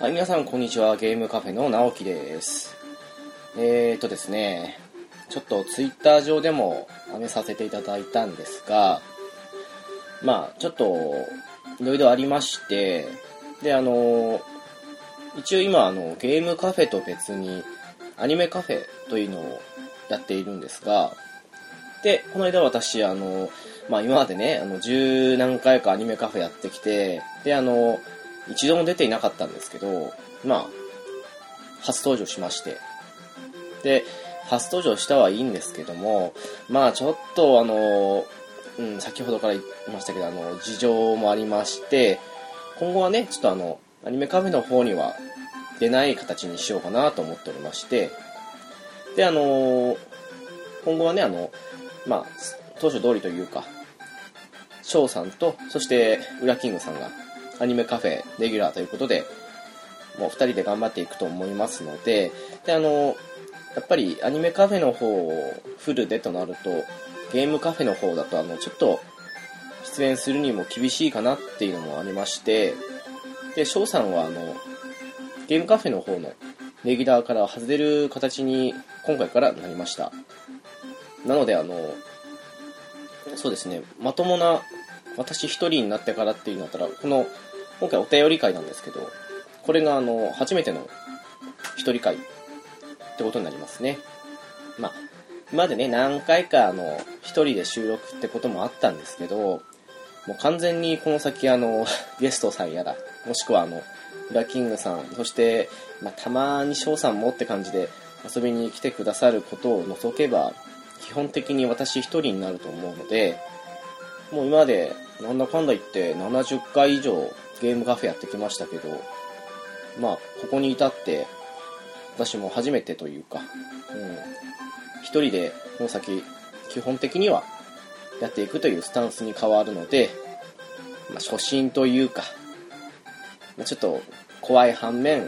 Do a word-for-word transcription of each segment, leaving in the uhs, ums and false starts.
はい、皆さんこんにちは。ゲームカフェの直樹です。えーとですね、ちょっとツイッター上でも上げさせていただいたんですが、まあちょっといろいろありまして、で、あの、一応今あのゲームカフェと別にアニメカフェというのをやっているんですが、で、この間私あの、まあ今までね、あの十何回かアニメカフェやってきて、で、あの、一度も出ていなかったんですけど、まあ、初登場しまして。で、初登場したはいいんですけども、まあちょっとあの、うん、先ほどから言いましたけど、あの、事情もありまして、今後はね、ちょっとあの、アニメカフェの方には出ない形にしようかなと思っておりまして、で、あの、今後はね、あの、まあ、当初通りというか、翔さんと、そして、ウラキングさんが、アニメカフェレギュラーということで、もう二人で頑張っていくと思いますので、で、あの、やっぱりアニメカフェの方をフルでとなると、ゲームカフェの方だと、あの、ちょっと、出演するにも厳しいかなっていうのもありまして、で、翔さんは、あの、ゲームカフェの方のレギュラーから外れる形に今回からなりました。なので、あの、そうですね、まともな、私一人になってからっていうんだったら、この、今回お便り会なんですけど、これがあの、初めての一人会ってことになりますね。まあ、今までね、何回かあの、一人で収録ってこともあったんですけど、もう完全にこの先あの、ゲストさんやら、もしくはあの、ウラキングさん、そして、まあ、たまに翔さんもって感じで遊びに来てくださることを除けば、基本的に私一人になると思うので、もう今までなんだかんだ言ってななじゅっかい以上ゲームカフェやってきましたけど、まあここに至って私も初めてというか、うん、一人でこの先基本的にはやっていくというスタンスに変わるので、まあ、初心というか、まあ、ちょっと怖い反面、う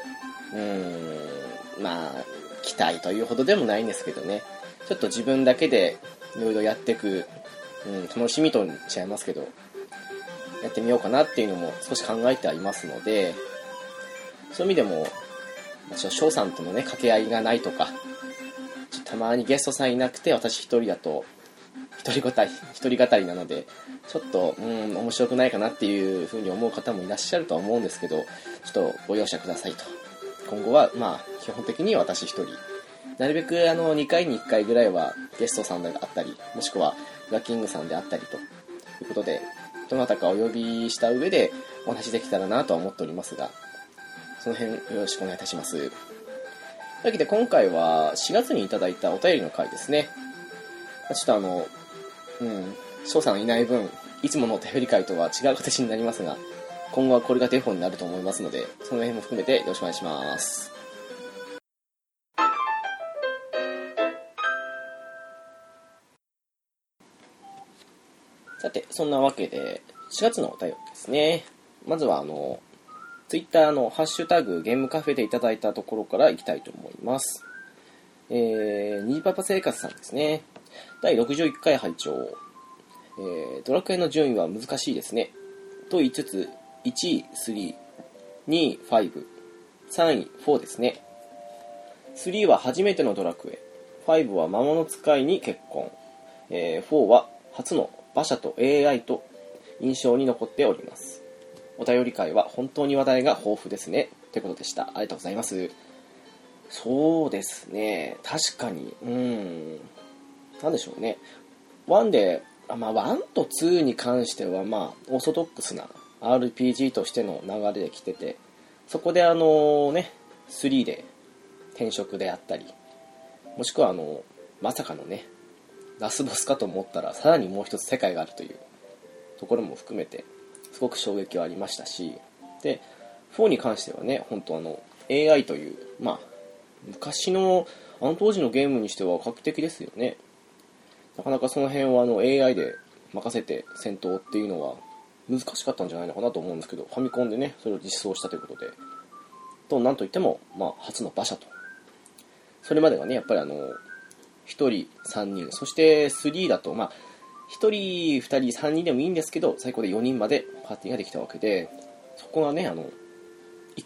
ーん、まあ期待というほどでもないんですけどね、ちょっと自分だけでいろいろやっていく、うん、楽しみと言っちゃいますけど、やってみようかなっていうのも少し考えてはいますので、そういう意味でも、翔さんとのね、掛け合いがないとか、ちょっとたまにゲストさんいなくて、私一人だと、一人語り、一人語りなので、ちょっと、うん、面白くないかなっていうふうに思う方もいらっしゃるとは思うんですけど、ちょっとご容赦くださいと。今後は、まあ、基本的に私一人。なるべくあのにかいにいっかいぐらいはゲストさんであったり、もしくはウラキングさんであったりということで、どなたかお呼びした上でお話できたらなとは思っておりますが、その辺よろしくお願いいたします。というわけで今回はしがつにいただいたお便りの回ですね。ちょっとあの、うん、翔さんいない分、いつものお便り回とは違う形になりますが、今後はこれがデフォになると思いますので、その辺も含めてよろしくお願いします。さて、そんなわけで、しがつのお便りですね。まずは、あの、ツイッターのハッシュタグゲームカフェでいただいたところからいきたいと思います。えー、ニジパパ生活さんですね。だいろくじゅういっかい拝聴、えー、ドラクエの順位は難しいですね。と言いつつ、いちいスリー、にいファイブ、さんいフォーですね。スリーは初めてのドラクエ、ファイブは魔物使いに結婚、えー、フォーは初の馬車と エーアイ と印象に残っております。お便り会は本当に話題が豊富ですね。ということでした。ありがとうございます。そうですね。確かに。うーん。なんでしょうね。ワンで、あまあ、ワンとツーに関しては、まあ、オーソドックスな アールピージー としての流れで来てて、そこであのね、スリーで転職であったり、もしくはあの、まさかのね、ラスボスかと思ったらさらにもう一つ世界があるというところも含めてすごく衝撃はありましたし、でフォーに関してはね、本当あの エーアイ というまあ昔のあの当時のゲームにしては画期的ですよね。なかなかその辺はあの エーアイ で任せて戦闘っていうのは難しかったんじゃないのかなと思うんですけど、ファミコンでねそれを実装したということで、となんといってもまあ初の馬車と、それまではねやっぱりあのひとりさんにん、そしてスリーだとまあひとりふたりさんにんでもいいんですけど、最高でよにんまでパーティーができたわけで、そこがねあの一気に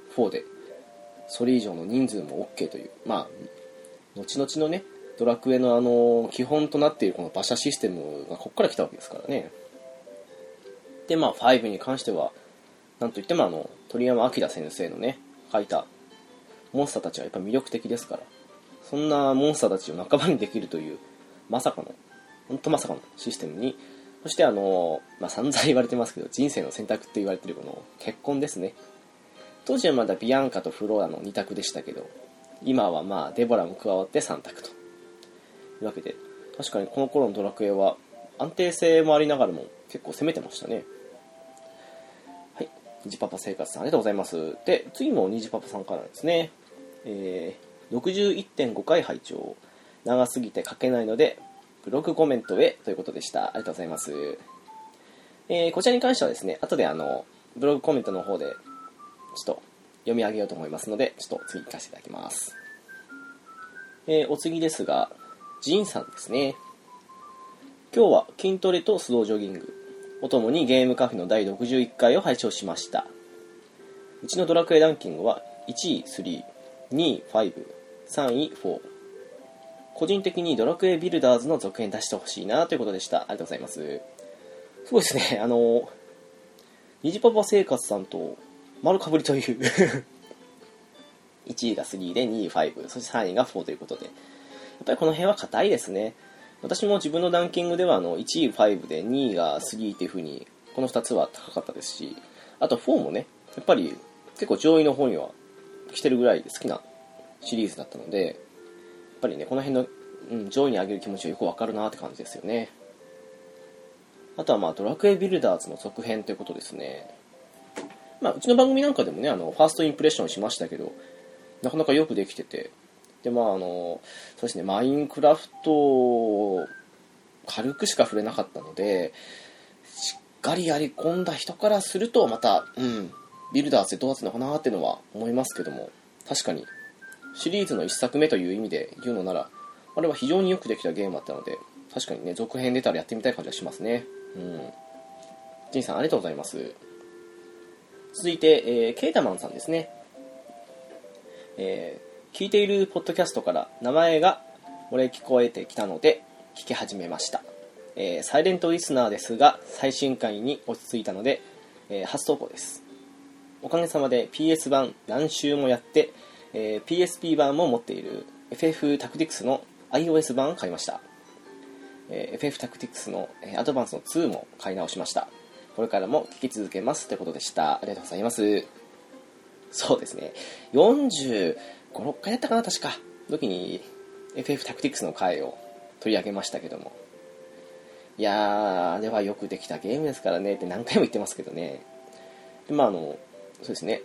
フォーでそれ以上の人数も OK という、まあ後々のねドラクエのあの基本となっているこの馬車システムがここから来たわけですからね。でまあファイブに関してはなんといってもあの鳥山明先生のね書いたモンスターたちはやっぱ魅力的ですから、そんなモンスターたちを仲間にできるというまさかの本当まさかのシステムに、そしてあの、まあ、散々言われてますけど人生の選択って言われてるこの結婚ですね。当時はまだビアンカとフローラのに択でしたけど、今はまあデボラも加わってさん択というわけで、確かにこの頃のドラクエは安定性もありながらも結構攻めてましたね。はい、虹パパ生活さんありがとうございます。で次も虹パパさんからですね、えー、ろくじゅういってんごかい拝聴、長すぎて書けないのでブログコメントへということでした。ありがとうございます。えー、こちらに関してはですね、後であのブログコメントの方でちょっと読み上げようと思いますので、ちょっと次行かせていただきます。えー、お次ですが、ジンさんですね。今日は筋トレとスロージョギング、おともにゲームカフェのだいろくじゅういっかいを拝聴しました。うちのドラクエランキングはいちいスリー、にいファイブ、さんいフォー。個人的にドラクエビルダーズの続編出してほしいなということでした。ありがとうございます。すごいですね。あの、虹パパ生活さんと丸かぶりといういちいがスリーでにいファイブ、そしてさんいがフォーということで、やっぱりこの辺は硬いですね。私も自分のランキングではあのいちいファイブでにいがスリーっていう風にこのふたつは高かったですし、あとフォーもねやっぱり結構上位の方には来てるぐらい好きなシリーズだったので、やっぱりねこの辺の、うん、上位に上げる気持ちはよくわかるなって感じですよね。あとはまあドラクエビルダーズの続編ということですね。まあうちの番組なんかでもねあのファーストインプレッションしましたけど、なかなかよくできてて、でまああのそうですね、マインクラフト軽くしか触れなかったので、しっかりやり込んだ人からするとまた、うん、ビルダーズでどうだったのかなっていうのは思いますけども、確かにシリーズのいっさくめという意味で言うのなら、あれは非常によくできたゲームだったので、確かにね続編出たらやってみたい感じがしますね。うん、ジンさんありがとうございます。続いて、えー、ケータマンさんですね。えー聞いているポッドキャストから名前が漏れ聞こえてきたので聞き始めました。えー、サイレントリスナーですが最新回に落ち着いたので、えー、初投稿です。おかげさまで ピーエス 版何周もやって、えー、ピーエスピー 版も持っている エフエフ タクティクスの iOS 版を買いました。えー、エフエフ タクティクスのアドバンスのツーも買い直しました。これからも聞き続けますということでした。ありがとうございます。そうですね、よんじゅうご、ろっかいだったかな確か時に エフエフ タクティクスの回を取り上げましたけども、いやーあれはよくできたゲームですからねって何回も言ってますけどね。でまああのそうですね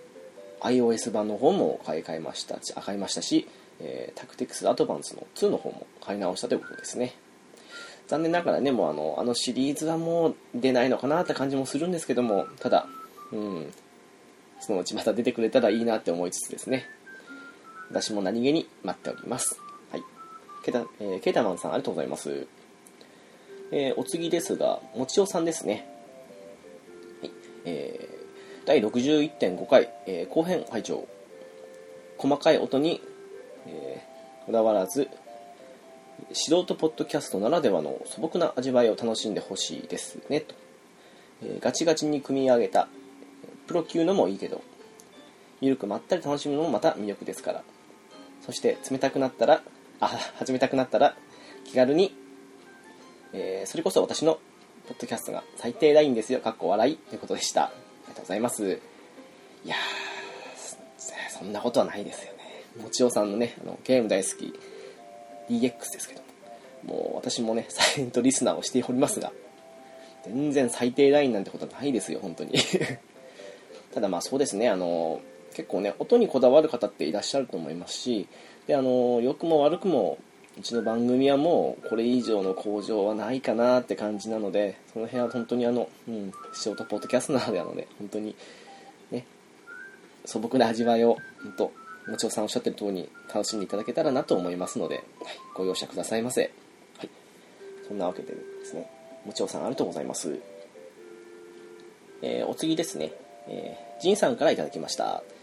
iOS 版の方も買い替えましたあ買いましたし、えー、タクティクスアドバンスのツーの方も買い直したということですね。残念ながらねもうあのあのシリーズはもう出ないのかなって感じもするんですけども、ただうんそのうちまた出てくれたらいいなって思いつつですね、私も何気に待っております。はい、ケタ、えー、ケータマンさんありがとうございます。えー、お次ですがもちおさんですね。はい、えー、だいろくじゅういってんごかい、えー、後編拝聴。細かい音に、えー、こだわらず素人ポッドキャストならではの素朴な味わいを楽しんでほしいですねと、えー、ガチガチに組み上げたプロ級のもいいけどゆるくまったり楽しむのもまた魅力ですから。そして冷たくなったらあ始めたくなったら気軽に、えー、それこそ私のポッドキャストが最低ラインですよかっこ笑いということでした。ありがとうございます。いやーそんなことはないですよね。もちおさんのねあのゲーム大好き ディーエックス ですけども、もう私もねサイレントリスナーをしておりますが、全然最低ラインなんてことはないですよ本当にただまあそうですね、あの結構ね音にこだわる方っていらっしゃると思いますし、であの良くも悪くもうちの番組はもうこれ以上の向上はないかなって感じなので、その辺は本当にあの、うん、ショートポッドキャストなのであので本当にね素朴な味わいを本当もちおさんおっしゃってる通りに楽しんでいただけたらなと思いますので、はい、ご容赦くださいませ。はい、そんなわけでですね、もちおさんありがとうございます。えー、お次ですね、えー、ジンさんからいただきました。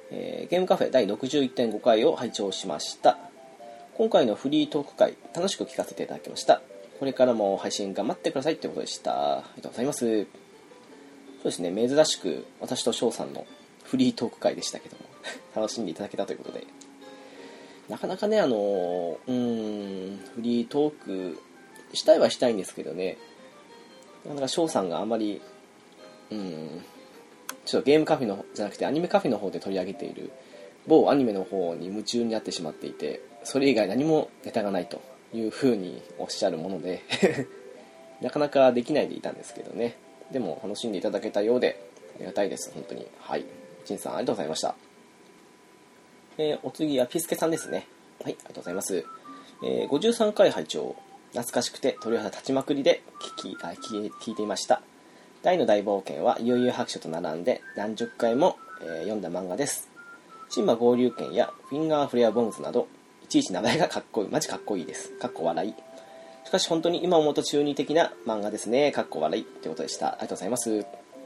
えー、ゲームカフェだいろくじゅういってんごかいを拝聴しました。今回のフリートーク会、楽しく聞かせていただきました。これからも配信頑張ってくださいということでした。ありがとうございます。そうですね、珍しく私と翔さんのフリートーク会でしたけども楽しんでいただけたということで、なかなかね、あのうーんフリートークしたいはしたいんですけどね、なかなか翔さんがあまりうーんちょっとゲームカフェのじゃなくてアニメカフェの方で取り上げている某アニメの方に夢中になってしまっていて、それ以外何もネタがないという風におっしゃるものでなかなかできないでいたんですけどね。でも楽しんでいただけたようでありがたいです、本当に。はい、ちんさんありがとうございました。えー、お次はピスケさんですね。はい、ありがとうございます。えー、ごじゅうさんかい拝聴、懐かしくて鳥肌立ちまくりで聞きあ聞聞いていました。大の大冒険は悠々白書と並んで何十回も、えー、読んだ漫画です。シンバ合流拳やフィンガーフレアボンズなどいちいち名前がかっこいい、マジかっこいいです。かっこ笑い。しかし本当に今思うと中二的な漫画ですね。かっこ笑いということでした。ありがとうございます。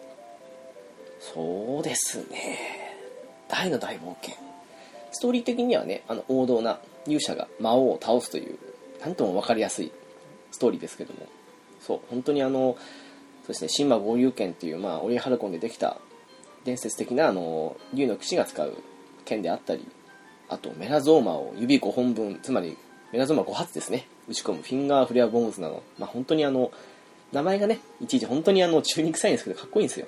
そうですね、大の大冒険、ストーリー的にはね、あの王道な勇者が魔王を倒すというなんとも分かりやすいストーリーですけども、そう本当にあのそうですね、シンバ合流剣っていう、まあ、オリエハルコンでできた伝説的なあの竜の騎士が使う剣であったり、あとメラゾーマを指ごほんぶん、つまりメラゾーマごはつですね、打ち込むフィンガーフレアボーンズなど、まあ、本当にあの名前がねいちいち本当にあの中に臭いんですけどかっこいいんですよ。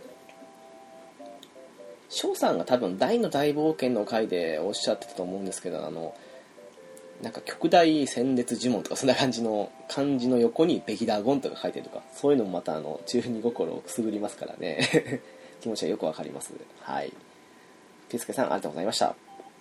翔さんが多分大の大冒険の回でおっしゃってたと思うんですけど、あのなんか極大戦列呪文とかそんな感じの漢字の横にベギダーゴンとか書いてるとか、そういうのもまたあの中二心をくすぐりますからね気持ちはよくわかります。はい、ピスケさんありがとうございました。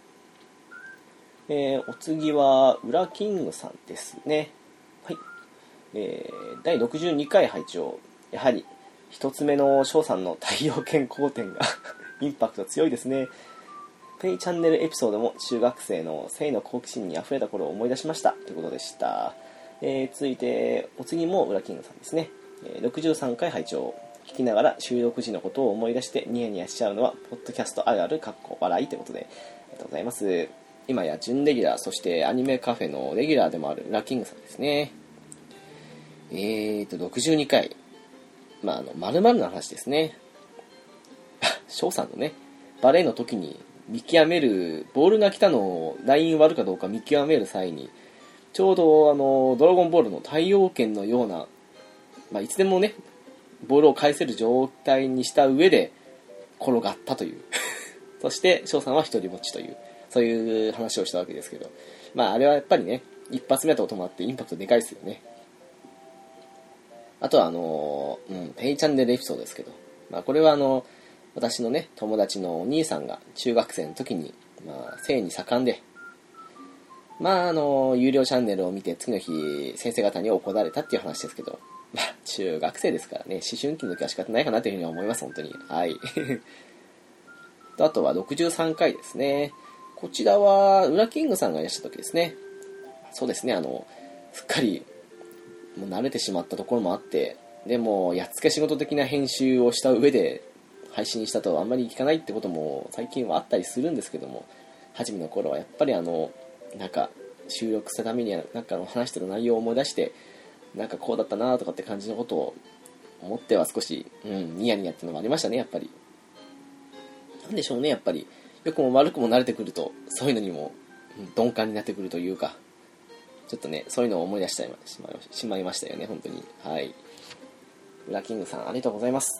えー、お次はウラキングさんですね。はい、えー、だいろくじゅうにかい拝聴、やはり一つ目の翔さんの太陽剣光点がインパクト強いですね。ペイチャンネルエピソードも中学生の性の好奇心にあふれた頃を思い出しましたということでした。えー、続いてお次もウラキングさんですね。えー、ろくじゅうさんかい拝聴、聞きながら収録時のことを思い出してニヤニヤしちゃうのはポッドキャストあるあるかっこ笑いということで、ありがとうございます。今や準レギュラー、そしてアニメカフェのレギュラーでもあるウラキングさんですね。えーとろくじゅうにかい、まああの〇〇の話ですね。翔さんのねバレーの時に見極める、ボールが来たのをライン割るかどうか見極める際に、ちょうどあのドラゴンボールの太陽剣のような、まあ、いつでもねボールを返せる状態にした上で転がったというそして翔さんは一人ぼっちという、そういう話をしたわけですけど、まああれはやっぱりね一発目と止まってインパクトでかいですよね。あとはあの、うん、ペイチャンネルエピソードですけど、まあこれはあの私のね友達のお兄さんが中学生の時に、まあ、性に盛んで、まああの有料チャンネルを見て次の日先生方に怒られたっていう話ですけど、まあ中学生ですからね、思春期の時は仕方ないかなというふうには思います、本当に。はいあとはろくじゅうさんかいですね。こちらはウラキングさんがいらっしゃった時ですね。そうですね、あのすっかりもう慣れてしまったところもあって、でもやっつけ仕事的な編集をした上で配信したとあんまり聞かないってことも最近はあったりするんですけども、初めの頃はやっぱりあのなんか収録するためにはなんかの話してる内容を思い出してなんかこうだったなとかって感じのことを思っては少し、うん、ニヤニヤっていうのもありましたね。やっぱりなんでしょうね、やっぱり良くも悪くも慣れてくるとそういうのにも鈍感になってくるというか、ちょっとねそういうのを思い出してしまいましたよね、本当に。はい、ウラキングさんありがとうございます。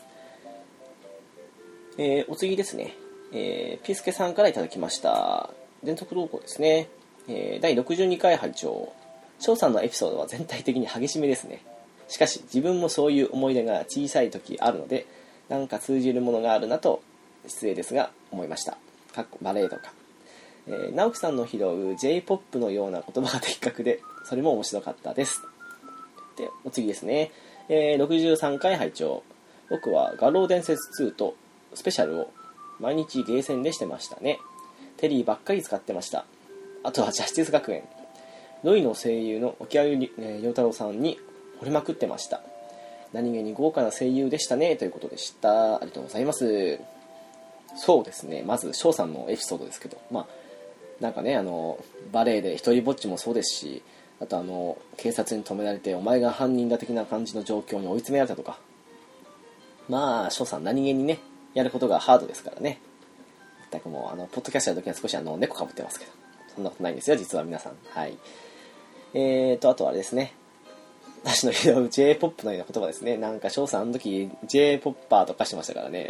えー、お次ですね、えー、ピースケさんからいただきました連続投稿ですね。えー、だいろくじゅうにかい拝聴、翔さんのエピソードは全体的に激しめですね。しかし自分もそういう思い出が小さい時あるので、なんか通じるものがあるなと失礼ですが思いました。かっこバレエとか、えー、直樹さんの拾う J-ポップ のような言葉が的確でそれも面白かったです。でお次ですね、えー、ろくじゅうさんかい拝聴、僕は画廊伝説ツーとスペシャルを毎日ゲーセンでしてましたね。テリーばっかり使ってました。あとはジャスティス学園、ロイの声優の沖合陽太郎さんに惚れまくってました。何気に豪華な声優でしたねということでした。ありがとうございます。 そうですね、まず翔さんのエピソードですけど、まあなんかね、あのバレエで一人ぼっちもそうですし、あとあの警察に止められてお前が犯人だ的な感じの状況に追い詰められたとか、まあ翔さん何気にねやることがハードですからね。全くもうあのポッドキャストやるときは少しあの猫かぶってますけど、そんなことないんですよ実は皆さん。はい。えーとあとはあれですね、私の言う ジェイポップ のような言葉ですね。なんか翔さんあの時 J ポッパーとかしてましたからね。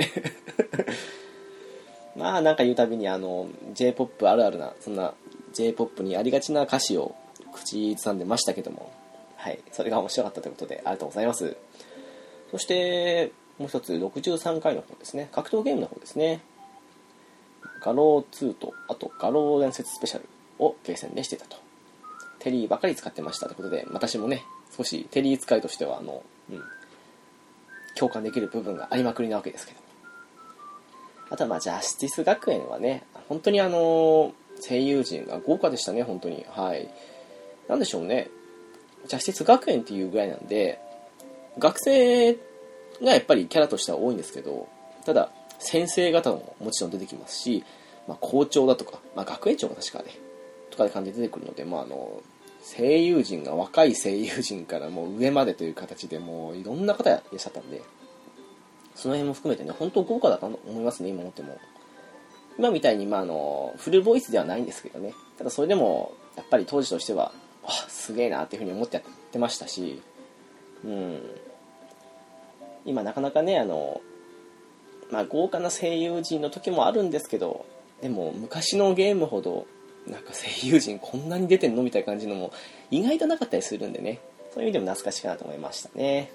まあなんか言うたびにあの J ポップ あるあるな、そんな J ポップ にありがちな歌詞を口ずさんでましたけども、はい、それが面白かったということでありがとうございます。そしてもう一つろくじゅうさんかいの方ですね、格闘ゲームの方ですね。ガローツーとあとガロー伝説スペシャルをゲーセンでしてたと。テリーばかり使ってましたということで、私もね少しテリー使いとしてはあの、うん、共感できる部分がありまくりなわけですけど、あとはまあジャスティス学園はね本当にあの声優陣が豪華でしたね本当に。はい、なんでしょうね、ジャスティス学園っていうぐらいなんで学生がやっぱりキャラとしては多いんですけど、ただ先生方ももちろん出てきますし、まあ、校長だとか、まあ、学園長も確かねとかで感じで出てくるので、まあ、あの声優陣が若い声優陣からもう上までという形でもういろんな方いらっしゃったんで、その辺も含めてね本当豪華だと思いますね。今思っても今みたいに、まあ、あのフルボイスではないんですけどね、ただそれでもやっぱり当時としてはあすげえなっていうふうに思ってやってましたし、うん今なかなかねあのまあ豪華な声優陣の時もあるんですけど、でも昔のゲームほどなんか声優陣こんなに出てんのみたいな感じのも意外となかったりするんでね、そういう意味でも懐かしいかなと思いましたね。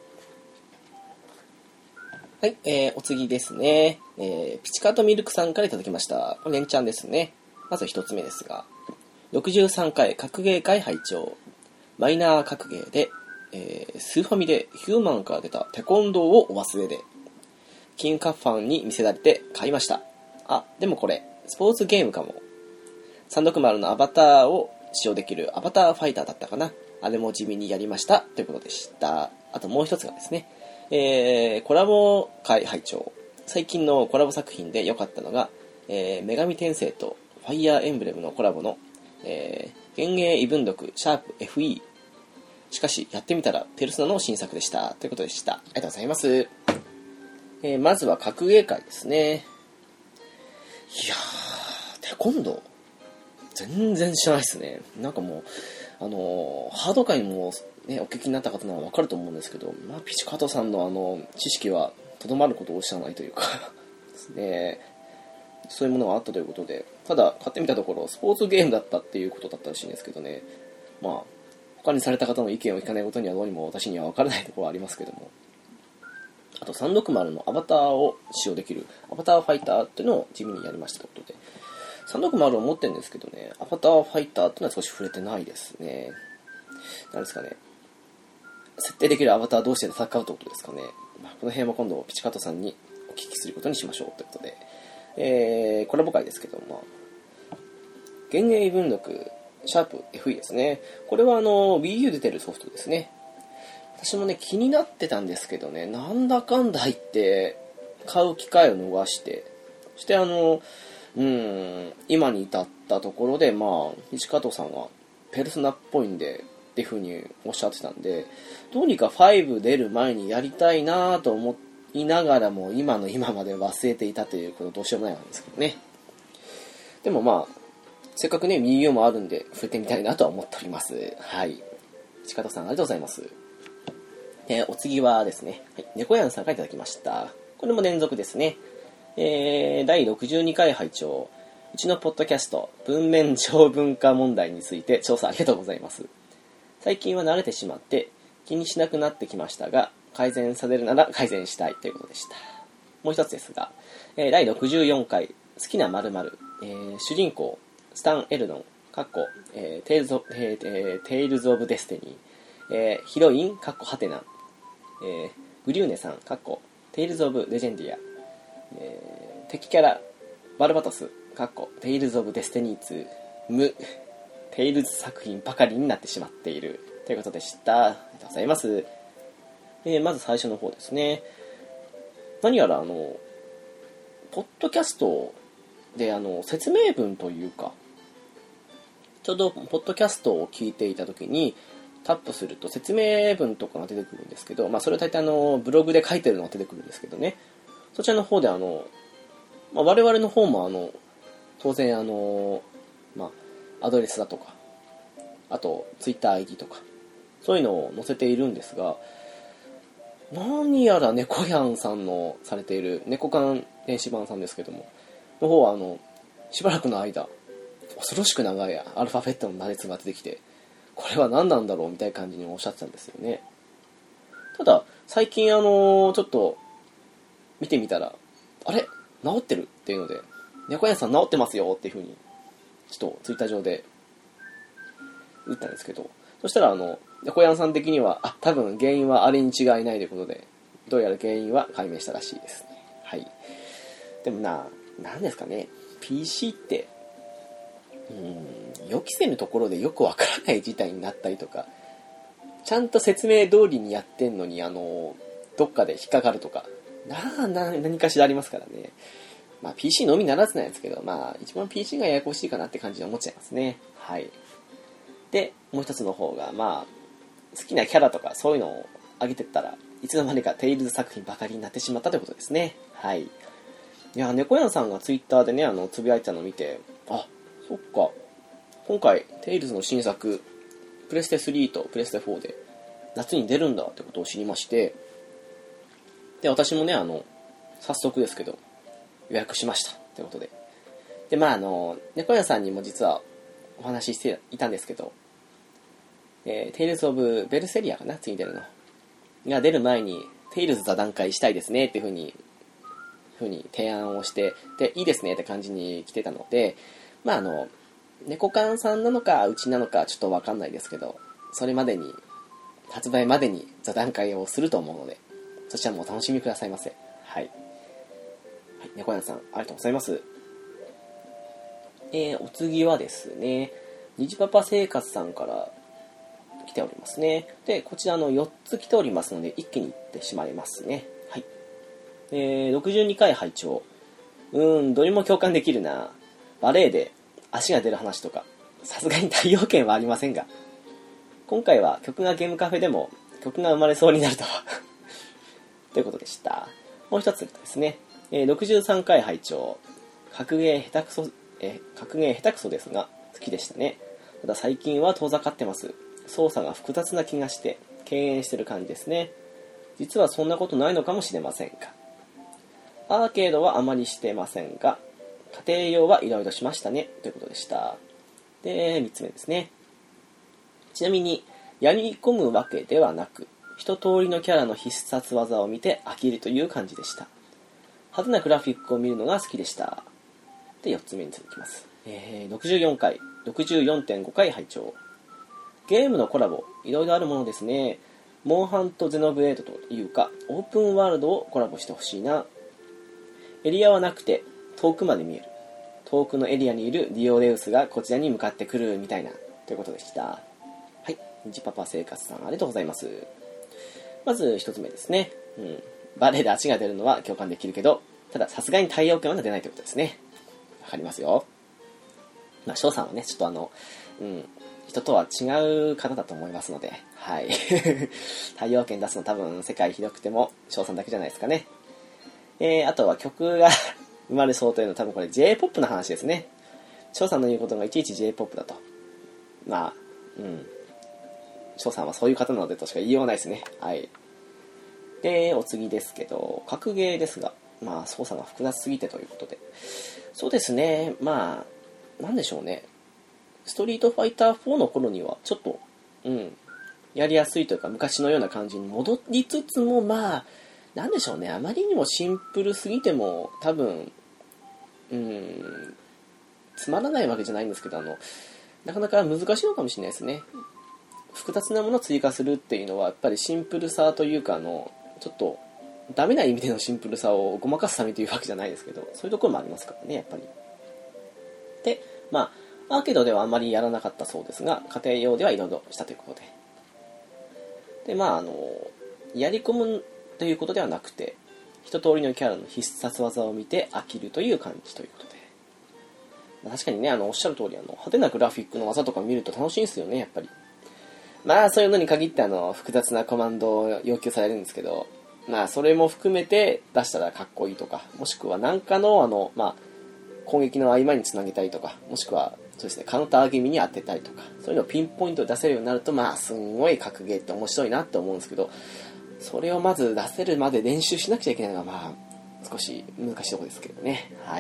はい、えー、お次ですね、えー、ピチカートミルクさんからいただきました。これ連チャンですね。まず一つ目ですが、ろくじゅうさんかい格ゲー会拝聴、マイナー格ゲーで、えー、スーファミでヒューマンから出たテコンドーをお忘れでキングカッファンに見せられて買いました。あ、でもこれスポーツゲームかも。さんろくまるのアバターを使用できるアバターファイターだったかな。あれも地味にやりましたということでした。あともう一つがですね、えー、コラボ会拝聴、最近のコラボ作品で良かったのが、えー、女神転生とファイヤーエンブレムのコラボの、えー、幻影異文読シャープ エフイー、 しかしやってみたらペルソナの新作でしたということでした。ありがとうございます。えー、まずは格ゲー界ですね。いやーテコンドー全然知らないですね。なんかもうあのー、ハード界もねお聞きになった方なら分かると思うんですけど、まあ、ピチカートさんのあの知識はとどまることを知らないというかですね、そういうものがあったということで、ただ買ってみたところスポーツゲームだったっていうことだったらしいんですけどね、まあ他にされた方の意見を聞かないことにはどうにも私には分からないところはありますけども、あとさんろくまるのアバターを使用できるアバターファイターっていうのを地味にやりましたということで、さんろくまるを持ってるんですけどね、アバターファイターっていうのは少し触れてないですね。なんですかね、設定できるアバター同士で戦うということですかね。まあ、この辺は今度ピチカートさんにお聞きすることにしましょうということで、えー、コラボ会ですけども、幻影異文読シャープ エフイー ですね。これはあの Wii U で出てるソフトですね。私もね気になってたんですけどね、なんだかんだ言って買う機会を逃して、そしてあのうん今に至ったところで、まあ西加藤さんがペルソナっぽいんでっていう風におっしゃってたんで、どうにかご出る前にやりたいなと思いながらも今の今まで忘れていたというこのどうしようもないなんですけどね。でもまあせっかくね Wii U もあるんで触れてみたいなとは思っております。はい、西加藤さんありがとうございます。えー、お次はですね、はい、猫やんさんからいただきました。これも連続ですね。えー、だいろくじゅうにかい拝聴、うちのポッドキャスト文面上文化問題について調査ありがとうございます。最近は慣れてしまって気にしなくなってきましたが、改善されるなら改善したいということでした。もう一つですが、えー、だいろくじゅうよんかい好きな〇〇、えー、主人公スタン・エルドンかっこ、えー、テイルズ・オブ・えー、テイルズオブデスティニー、えー、ヒロインかっこハテナ、えー、グリューネさんかっこテイルズ・オブ・レジェンディア、えー、敵キャラバルバトスかっこテイルズ・オブ・デスティニーツ無テイルズ作品ばかりになってしまっているということでした。ありがとうございます。えー、まず最初の方ですね。何やらあのポッドキャストであの説明文というか、ちょうどポッドキャストを聞いていた時にタップすると説明文とかが出てくるんですけど、まあ、それを大体あのブログで書いてるのが出てくるんですけどね、そちらの方であの、まあ、我々の方もあの当然あの、まあ、アドレスだとか、あとツイッター アイディー とかそういうのを載せているんですが、何やら猫やんさんのされている猫缶電子版さんですけどもの方はあのしばらくの間恐ろしく長いアルファベットの羅列が出てきて、これは何なんだろうみたいな感じにおっしゃってたんですよね。ただ最近あのちょっと見てみたら、あれ治ってるっていうので、猫屋さん治ってますよっていう風にちょっとツイッター上で打ったんですけど、そしたらあの猫屋さん的には、あ、多分原因はあれに違いないということで、どうやら原因は解明したらしいですね。はい。でもな、なんですかね、 ピーシー ってうーん予期せぬところでよくわからない事態になったりとか、ちゃんと説明通りにやってんのにあのどっかで引っかかるとか、なな何かしらありますからね。まあ ピーシー のみならずなんですけど、まあ一番 ピーシー がややこしいかなって感じで思っちゃいますね。はい。でもう一つの方が、まあ好きなキャラとかそういうのを上げてったらいつの間にかテイルズ作品ばかりになってしまったということですね。はい。いや、猫やんさんがツイッターでね、あのつぶやいてたのを見て、あ、そっか、今回テイルズの新作プレステスリーとプレステフォーで夏に出るんだってことを知りまして、で私もね、あの早速ですけど予約しましたということで、でまああの猫屋さんにも実はお話ししていたんですけど、えー、テイルズ・オブ・ベルセリアかな、次に出るのが出る前にテイルズ座談会したいですねっていう風に風に提案をして、でいいですねって感じに来てたので、まああの猫缶さんなのかうちなのかちょっと分かんないですけど、それまでに発売までに座談会をすると思うので、そちらもお楽しみくださいませ。はい、はい、猫屋さんありがとうございます。えー、お次はですね、虹パパ生活さんから来ておりますね。でこちらのよっつ来ておりますので一気にいってしまいますね。はい。えー、ろくじゅうにかい拝聴。うーんどれも共感できるな。バレエで足が出る話とか、さすがに太陽圏はありませんが、今回は曲がゲームカフェでも曲が生まれそうになるとはということでした。もう一つですね、えー、ろくじゅうさんかい拝聴。格ゲー下手くそ、えー、格ゲー下手くそですが好きでしたね。ただ最近は遠ざかってます。操作が複雑な気がして敬遠してる感じですね。実はそんなことないのかもしれませんが、アーケードはあまりしてませんが家庭用はいろいろしましたねということでした。でみっつめですね。ちなみにやり込むわけではなく、一通りのキャラの必殺技を見て飽きるという感じでした。派手なグラフィックを見るのが好きでした。でよっつめに続きます。えー、ろくじゅうよんかい ろくじゅうよんてんご 回拝聴。ゲームのコラボいろいろあるものですね。モンハンとゼノブレードというかオープンワールドをコラボしてほしいな。エリアはなくて遠くまで見える。遠くのエリアにいるディオレウスがこちらに向かってくるみたいなということでした。はい、ニジパパ生活さんありがとうございます。まず一つ目ですね。うん、バレエで足が出るのは共感できるけど、たださすがに太陽圏は出ないということですね。わかりますよ。まあ翔さんはねちょっとあの、うん、人とは違う方だと思いますので、はい太陽圏出すの多分世界広くても翔さんだけじゃないですかね。えー、あとは曲が生まれそうというのは多分これ J-ポップ の話ですね。翔さんの言うことがいちいち J-ポップ だと、まあうん翔さんはそういう方なのでとしか言いようがないですね。はい。でお次ですけど、格ゲーですが、まあ操作が複雑すぎてということで、そうですね、まあなんでしょうね、ストリートファイターフォーの頃にはちょっとうんやりやすいというか昔のような感じに戻りつつも、まあなんでしょうね、あまりにもシンプルすぎても多分うんつまらないわけじゃないんですけど、あのなかなか難しいのかもしれないですね。複雑なものを追加するっていうのはやっぱりシンプルさというか、あのちょっとダメな意味でのシンプルさをごまかすためというわけじゃないですけど、そういうところもありますからね、やっぱり。でまあアーケードではあんまりやらなかったそうですが、家庭用ではいろいろしたということで、でまああのやり込むということではなくて、 一通りのキャラの必殺技を見て飽きるという感じということで、まあ、確かにね、あのおっしゃる通り、あの派手なグラフィックの技とか見ると楽しいんですよね、やっぱり。まあそういうのに限ってあの複雑なコマンドを要求されるんですけど、まあそれも含めて出したらかっこいいとか、もしくは何かのあのまあ攻撃の合間につなげたりとか、もしくはそうですね、カウンター気味に当てたりとか、そういうのをピンポイントで出せるようになると、まあすんごい格ゲーって面白いなって思うんですけど、それをまず出せるまで練習しなくちゃいけないのはまあ少し難しいところですけどね。はい。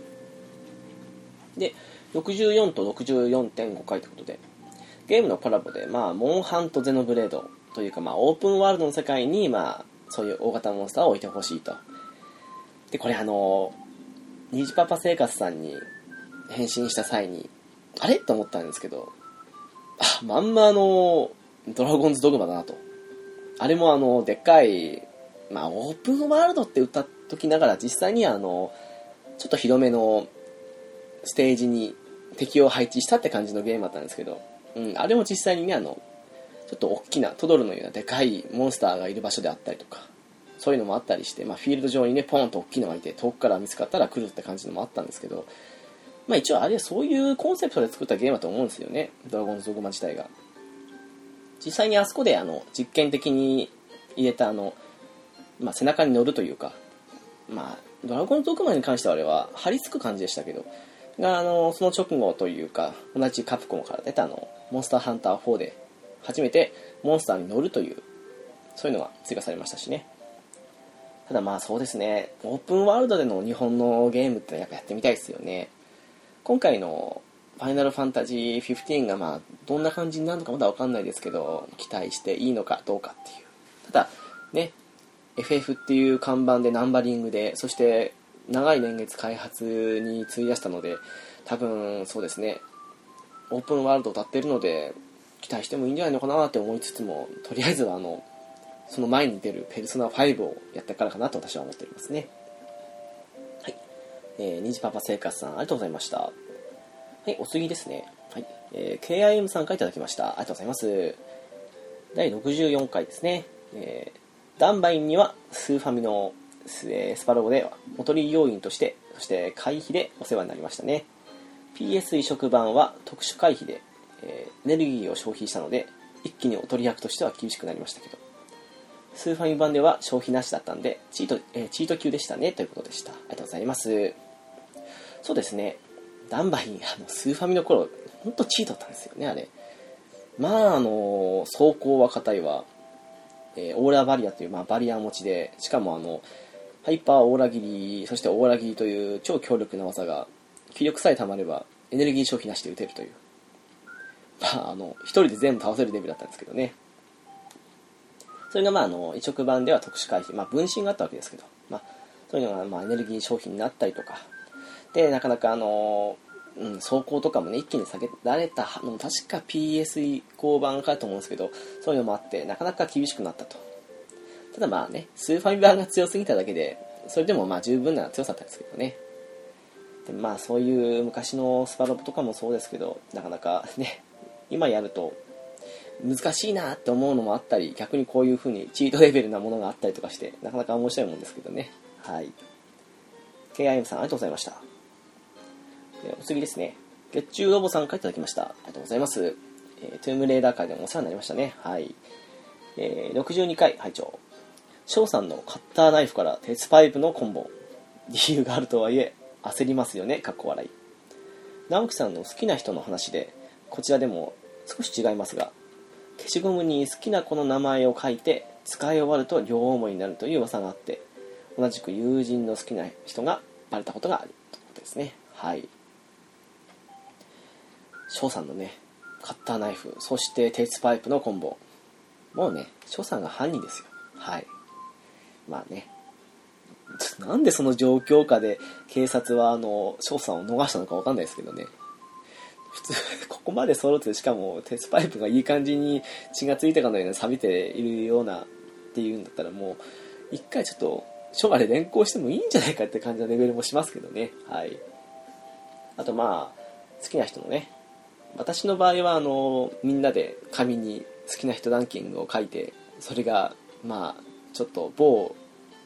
で、ろくじゅうよんと ろくじゅうよんてんご 回ということで、ゲームのコラボで、まあ、モンハンとゼノブレードというか、まあ、オープンワールドの世界に、まあ、そういう大型モンスターを置いてほしいと。で、これあの、ニジパパ生活さんに変身した際に、あれと思ったんですけど、あ、まんまあの、ドラゴンズドグマだなと。あれもあの、でっかい、まあ、オープンワールドって歌っときながら、実際にあの、ちょっと広めのステージに敵を配置したって感じのゲームだったんですけど、うん、あれも実際にね、あの、ちょっと大きな、トドルのようなでかいモンスターがいる場所であったりとか、そういうのもあったりして、まあ、フィールド上にね、ポンと大きいのがいて、遠くから見つかったら来るって感じのもあったんですけど、まあ一応あれはそういうコンセプトで作ったゲームだと思うんですよね、ドラゴンズドグマ自体が。実際にあそこであの、実験的に入れたあの、まあ背中に乗るというか、まあ、ドラゴンズドグマに関してはあれは、張り付く感じでしたけど、が、あの、その直後というか、同じカプコンから出たあの、モンスターハンターフォーで、初めてモンスターに乗るという、そういうのが追加されましたしね。ただまあそうですね、オープンワールドでの日本のゲームってやっぱやってみたいですよね。今回のファイナルファンタジーじゅうごがまあどんな感じになるのかまだわかんないですけど、期待していいのかどうかっていう。ただね、エフエフ っていう看板でナンバリングで、そして長い年月開発に費やしたので、多分そうですね、オープンワールドを歌っているので期待してもいいんじゃないのかなって思いつつも、とりあえずはあのその前に出るペルソナファイブをやってからかなと私は思っておりますね。はい、えー、ニジパパ生活さんありがとうございました。はい、お次ですね。はい、えー、ケーアイエム さんからいただきました。ありがとうございます。だいろくじゅうよんかいですね。えー、ダンバインにはスーファミのス, スパロボでおとり要員として、そして回避でお世話になりましたね。ピーエス 移植版は特殊回避で、えー、エネルギーを消費したので一気におとり役としては厳しくなりましたけど、スーファミ版では消費なしだったんでチート、えー、チート級でしたねということでした。ありがとうございます。そうですね、ダンバイン、あのスーファミの頃ほんとチートだったんですよね、あれ。まああの走行は硬いわ、えー、オーラバリアという、まあ、バリア持ちで、しかもあのハイパーオーラ切り、そしてオーラ切りという超強力な技が気力さえ溜まればエネルギー消費なしで打てるという、まああの一人で全部倒せるレベルだったんですけどね。それがまああの移植版では特殊回避、まあ分身があったわけですけど、まあそういうのがまあエネルギー消費になったりとかで、なかなかあのうん、走行とかもね一気に下げられたのも確か ピーエス 移行版かと思うんですけど、そういうのもあってなかなか厳しくなったと。ただまあね、スーファミ版が強すぎただけで、それでもまあ十分な強さだったんですけどね。でまあそういう昔のスパロボとかもそうですけど、なかなかね、今やると難しいなって思うのもあったり、逆にこういう風にチートレベルなものがあったりとかして、なかなか面白いもんですけどね。はい。ケーアイエム さんありがとうございました。お次ですね。月中ロボさんからいただきました。ありがとうございます。えー、トゥームレーダー界でもお世話になりましたね。はい。えー、ろくじゅうにかい拝聴。翔さんのカッターナイフから鉄パイプのコンボ。理由があるとはいえ、焦りますよね。かっこ笑い。直樹さんの好きな人の話で、こちらでも少し違いますが、消しゴムに好きな子の名前を書いて、使い終わると両思いになるという噂があって、同じく友人の好きな人がバレたことがあるということですね。はい。翔さんのね、カッターナイフ、そして鉄パイプのコンボ。もうね、翔さんが犯人ですよ。はい。まあね。なんでその状況下で警察はあの、翔さんを逃したのかわかんないですけどね。普通、ここまで揃って、しかも鉄パイプがいい感じに血がついたかのように錆びているようなっていうんだったら、もう、一回ちょっと、署まで連行してもいいんじゃないかって感じのレベルもしますけどね。はい。あとまあ、好きな人のね、私の場合はあのみんなで紙に好きな人ランキングを書いて、それがまあちょっと某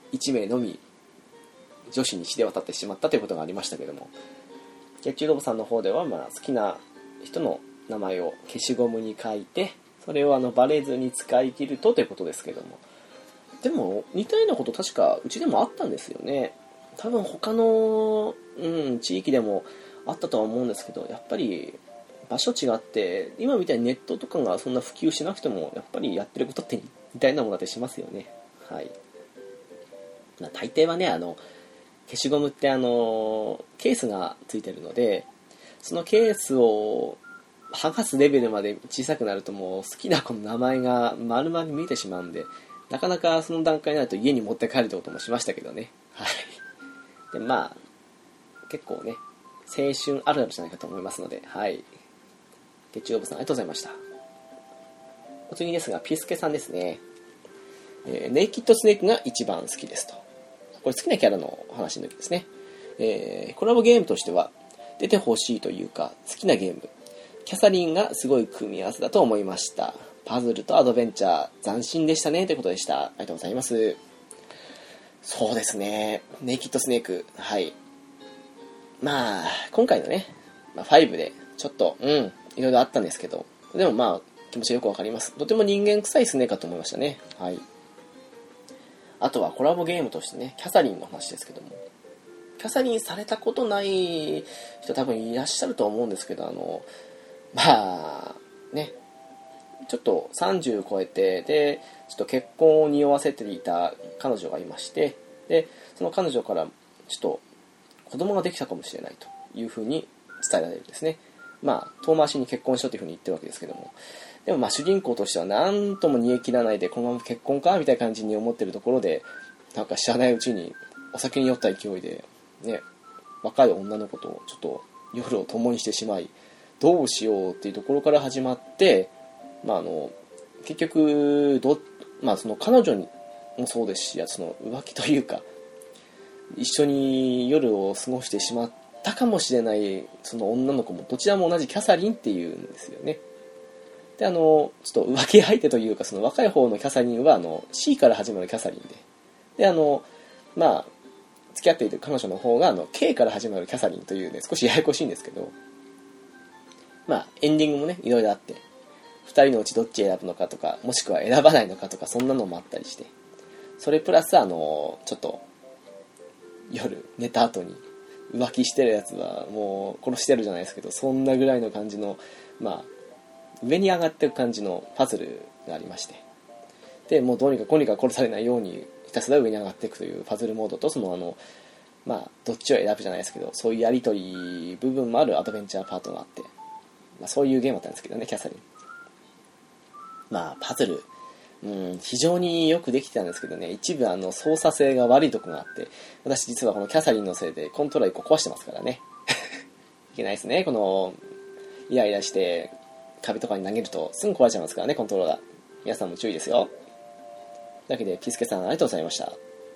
いち名のみ女子に知れ渡ってしまったということがありましたけども、月中ロボさんの方では、まあ、好きな人の名前を消しゴムに書いて、それをあのバレずに使い切るとということですけども、でも似たようなこと確かうちでもあったんですよね。多分他の、うん、地域でもあったとは思うんですけど、やっぱり場所違って今みたいにネットとかがそんな普及しなくてもやっぱりやってることって似たようなものだってしますよね。はい。まあ、大抵はね、あの消しゴムってあのケースがついてるので、そのケースを剥がすレベルまで小さくなるともう好きな子の名前が丸々見えてしまうんで、なかなかその段階になると家に持って帰るってこともしましたけどね。はい。で、まあ結構ね、青春あるあるじゃないかと思いますので、はい。月中ロボさんありがとうございました。お次ですが、ピスケさんですね。えー、ネイキッドスネークが一番好きですと。これ好きなキャラの話の時ですね。えー、コラボゲームとしては出てほしいというか好きなゲーム、キャサリンがすごい組み合わせだと思いました。パズルとアドベンチャー斬新でしたねということでした。ありがとうございます。そうですね、ネイキッドスネーク、はい。まあ今回のね、まあ、ファイブでちょっとうんいろいろあったんですけど、でもまあ気持ちよくわかります。とても人間臭いスネークかと思いましたね。はい。あとはコラボゲームとしてね、キャサリンの話ですけども、キャサリンされたことない人多分いらっしゃると思うんですけど、あのまあね、ちょっとさんじゅう超えて、でちょっと結婚を匂わせていた彼女がいまして、でその彼女からちょっと子供ができたかもしれないというふうに伝えられるんですね。まあ遠回しに結婚しろというふうに言ってるわけですけども、でもまあ主人公としては何とも煮え切らないで、このまま結婚かみたいな感じに思ってるところで、なんか知らないうちにお酒に酔った勢いでね、若い女の子とちょっと夜を共にしてしまい、どうしようっていうところから始まって、まああの結局ど、まあ、その彼女にもそうですし、その浮気というか一緒に夜を過ごしてしまったかもしれないその女の子もどちらも同じキャサリンっていうんですよね。で、あのちょっと浮気相手というか、その若い方のキャサリンはあの C から始まるキャサリンで、であのまあ付き合っている彼女の方があの K から始まるキャサリンというね、少しややこしいんですけど、まあエンディングもねいろいろあって、ふたりのうちどっち選ぶのかとか、もしくは選ばないのかとか、そんなのもあったりして、それプラスあのちょっと夜寝た後に浮気してるやつはもう殺してるじゃないですけど、そんなぐらいの感じの、まあ上に上がっていく感じのパズルがありまして、でもうどうにかこうにか殺されないようにひたすら上に上がっていくというパズルモードと、そのあのまあどっちを選ぶじゃないですけど、そういうやりとり部分もあるアドベンチャーパートがあって、まあ、そういうゲームだったんですけどね、キャサリン。まあパズル、うん、非常によくできてたんですけどね、一部あの操作性が悪いところがあって、私実はこのキャサリンのせいでコントローラーいっこ壊してますからねいけないですね、このイライラして壁とかに投げるとすぐ壊れちゃいますからね、コントローラー。皆さんも注意ですよ。というわけでピスケさんありがとうございました。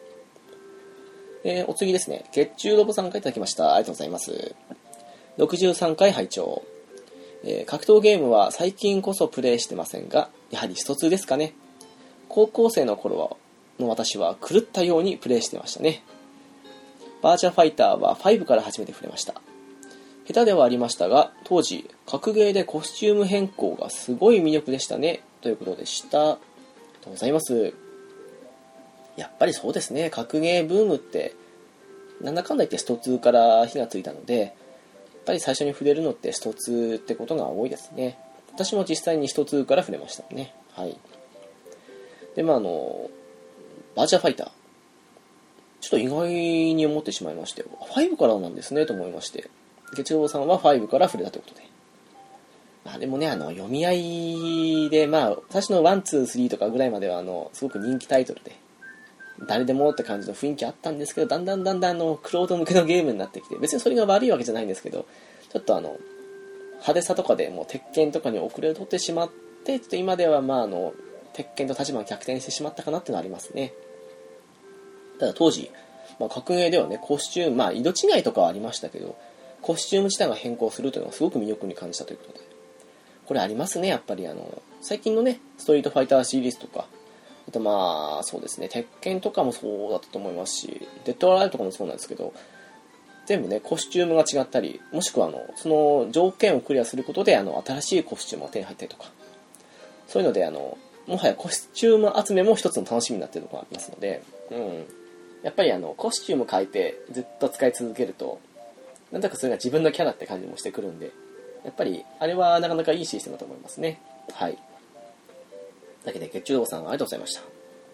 えー、お次ですね、月中ロボさんからいただきました。ありがとうございます。ろくじゅうさんかい拝聴。えー、格闘ゲームは最近こそプレイしてませんが、やはりストツーですかね。高校生の頃はの私は狂ったようにプレイしてましたね。バーチャファイターはファイブから初めて触れました。下手ではありましたが、当時格ゲーでコスチューム変更がすごい魅力でしたね、ということでした。ありがとうございます。やっぱりそうですね、格ゲーブームってなんだかんだ言ってストツーから火がついたので、やっぱり最初に触れるのってストツーってことが多いですね。私も実際にストツーから触れましたね。はい。で、まああのバーチャファイター、ちょっと意外に思ってしまいまして、ファイブからなんですねと思いまして、月郎さんはファイブから触れたということで、まあでもね、あの読み合いで、まあ最初のワン、ツー、スリーとかぐらいまではあのすごく人気タイトルで誰でもって感じの雰囲気あったんですけど、だんだんだんだんあのクロード向けのゲームになってきて、別にそれが悪いわけじゃないんですけど、ちょっとあの派手さとかでもう鉄拳とかに遅れを取ってしまって、ちょっと今ではまああの鉄拳と立場が逆転してしまったかなっていうのはありますね。ただ当時、まあ、格ゲーではね、コスチューム、まあ色違いとかはありましたけど、コスチューム自体が変更するというのはすごく魅力に感じたということで、これありますね、やっぱりあの最近のねストリートファイターシリーズとか、 あとまあそうですね、鉄拳とかもそうだったと思いますし、デッドアライブとかもそうなんですけど、全部ねコスチュームが違ったり、もしくはあのその条件をクリアすることであの新しいコスチュームが手に入ったりとか、そういうのであのもはやコスチューム集めも一つの楽しみになっているところがありますので、うん、やっぱりあのコスチューム変えてずっと使い続けると、なんだかそれが自分のキャラって感じもしてくるんで、やっぱりあれはなかなかいいシステムだと思いますね。はい。だけで月中道さんありがとうございました。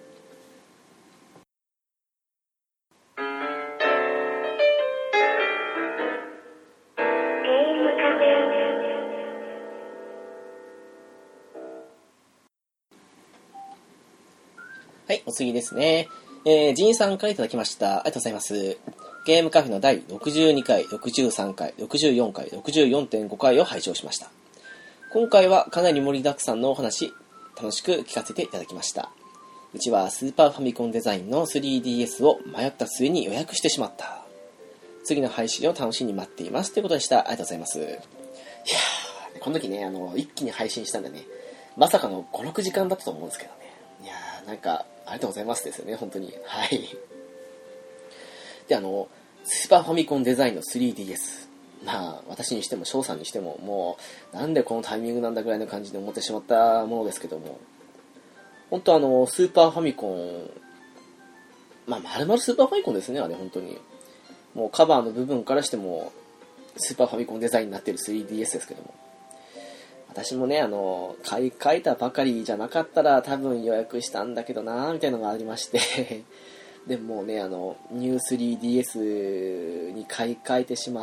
はい、お次ですね。えー、ジンさんからいただきました。ありがとうございます。ゲームカフェのだいろくじゅうにかい、ろくじゅうさんかい、ろくじゅうよんかい、ろくじゅうよんてんごかいを拝聴しました。今回はかなり盛りだくさんのお話、楽しく聞かせていただきました。うちはスーパーファミコンデザインの スリーディーエス を迷った末に予約してしまった。次の配信を楽しみに待っています。ということでした。ありがとうございます。いやー、この時ね、あの、一気に配信したんでね、まさかのご、ろくじかんだったと思うんですけどね。いやー、なんか、ありがとうございますですよね、本当に。はい。で、あの、スーパーファミコンデザインの スリーディーエス。まあ、私にしても翔さんにしても、もう、なんでこのタイミングなんだぐらいの感じで思ってしまったものですけども、本当あの、スーパーファミコン、まあ、丸々スーパーファミコンですね、あれ、本当に。もうカバーの部分からしても、スーパーファミコンデザインになっている スリーディーエス ですけども。私もね、あの、買い替えたばかりじゃなかったら多分予約したんだけどなみたいなのがありましてでもうね、あの、ニュー スリーディーエス に買い替えてしまって、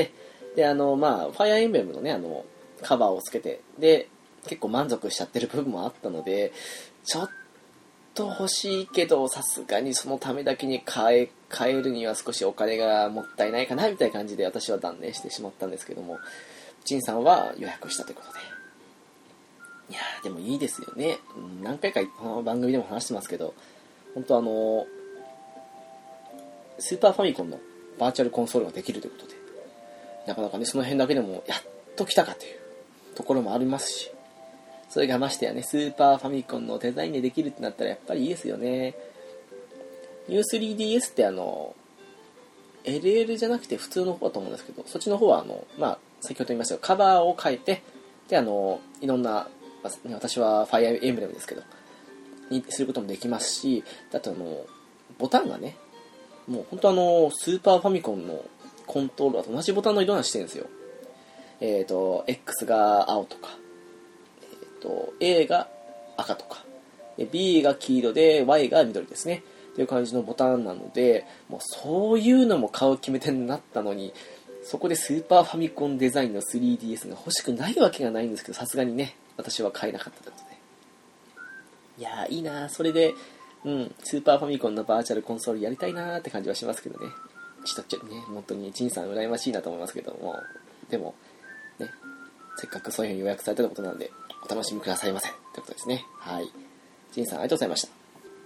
で、あの、まあ、ファイアーエンブレムのね、あの、カバーをつけて、で、結構満足しちゃってる部分もあったので、ちょっと欲しいけど、さすがにそのためだけに買え、買えるには少しお金がもったいないかな、みたいな感じで私は断念してしまったんですけども、ジンさんは予約したということで。いやー、でもいいですよね。何回かこの番組でも話してますけど、本当あの、スーパーファミコンのバーチャルコンソールができるということで、なかなかね、その辺だけでもやっと来たかというところもありますし、それがましてやね、スーパーファミコンのデザインでできるってなったらやっぱりいいですよね。ニュー スリーディーエス ってあの、エルエル じゃなくて普通の方だと思うんですけど、そっちの方はあの、まあ、先ほど言いましたが、カバーを変えて、で、あの、いろんな、私はファイアーエンブレムですけど、にすることもできますし、あとあの、ボタンがね、もう本当あの、スーパーファミコンのコントローラーと同じボタンの色がしてるんですよ。えっと、X が青とか、えっと、A が赤とか、B が黄色で Y が緑ですね。という感じのボタンなので、もうそういうのも買う決め手になったのに、そこでスーパーファミコンデザインの スリーディーエス が欲しくないわけがないんですけど、さすがにね、私は買えなかったということで。いやー、いいなー、それで、うん、スーパーファミコンのバーチャルコンソールやりたいなーって感じはしますけどね。ちょっとね、本当にジンさん羨ましいなと思いますけども、でも、ね、せっかくそういうふうに予約されたことなんで、お楽しみくださいませ。ということですね。はい。ジンさんありがとうございました。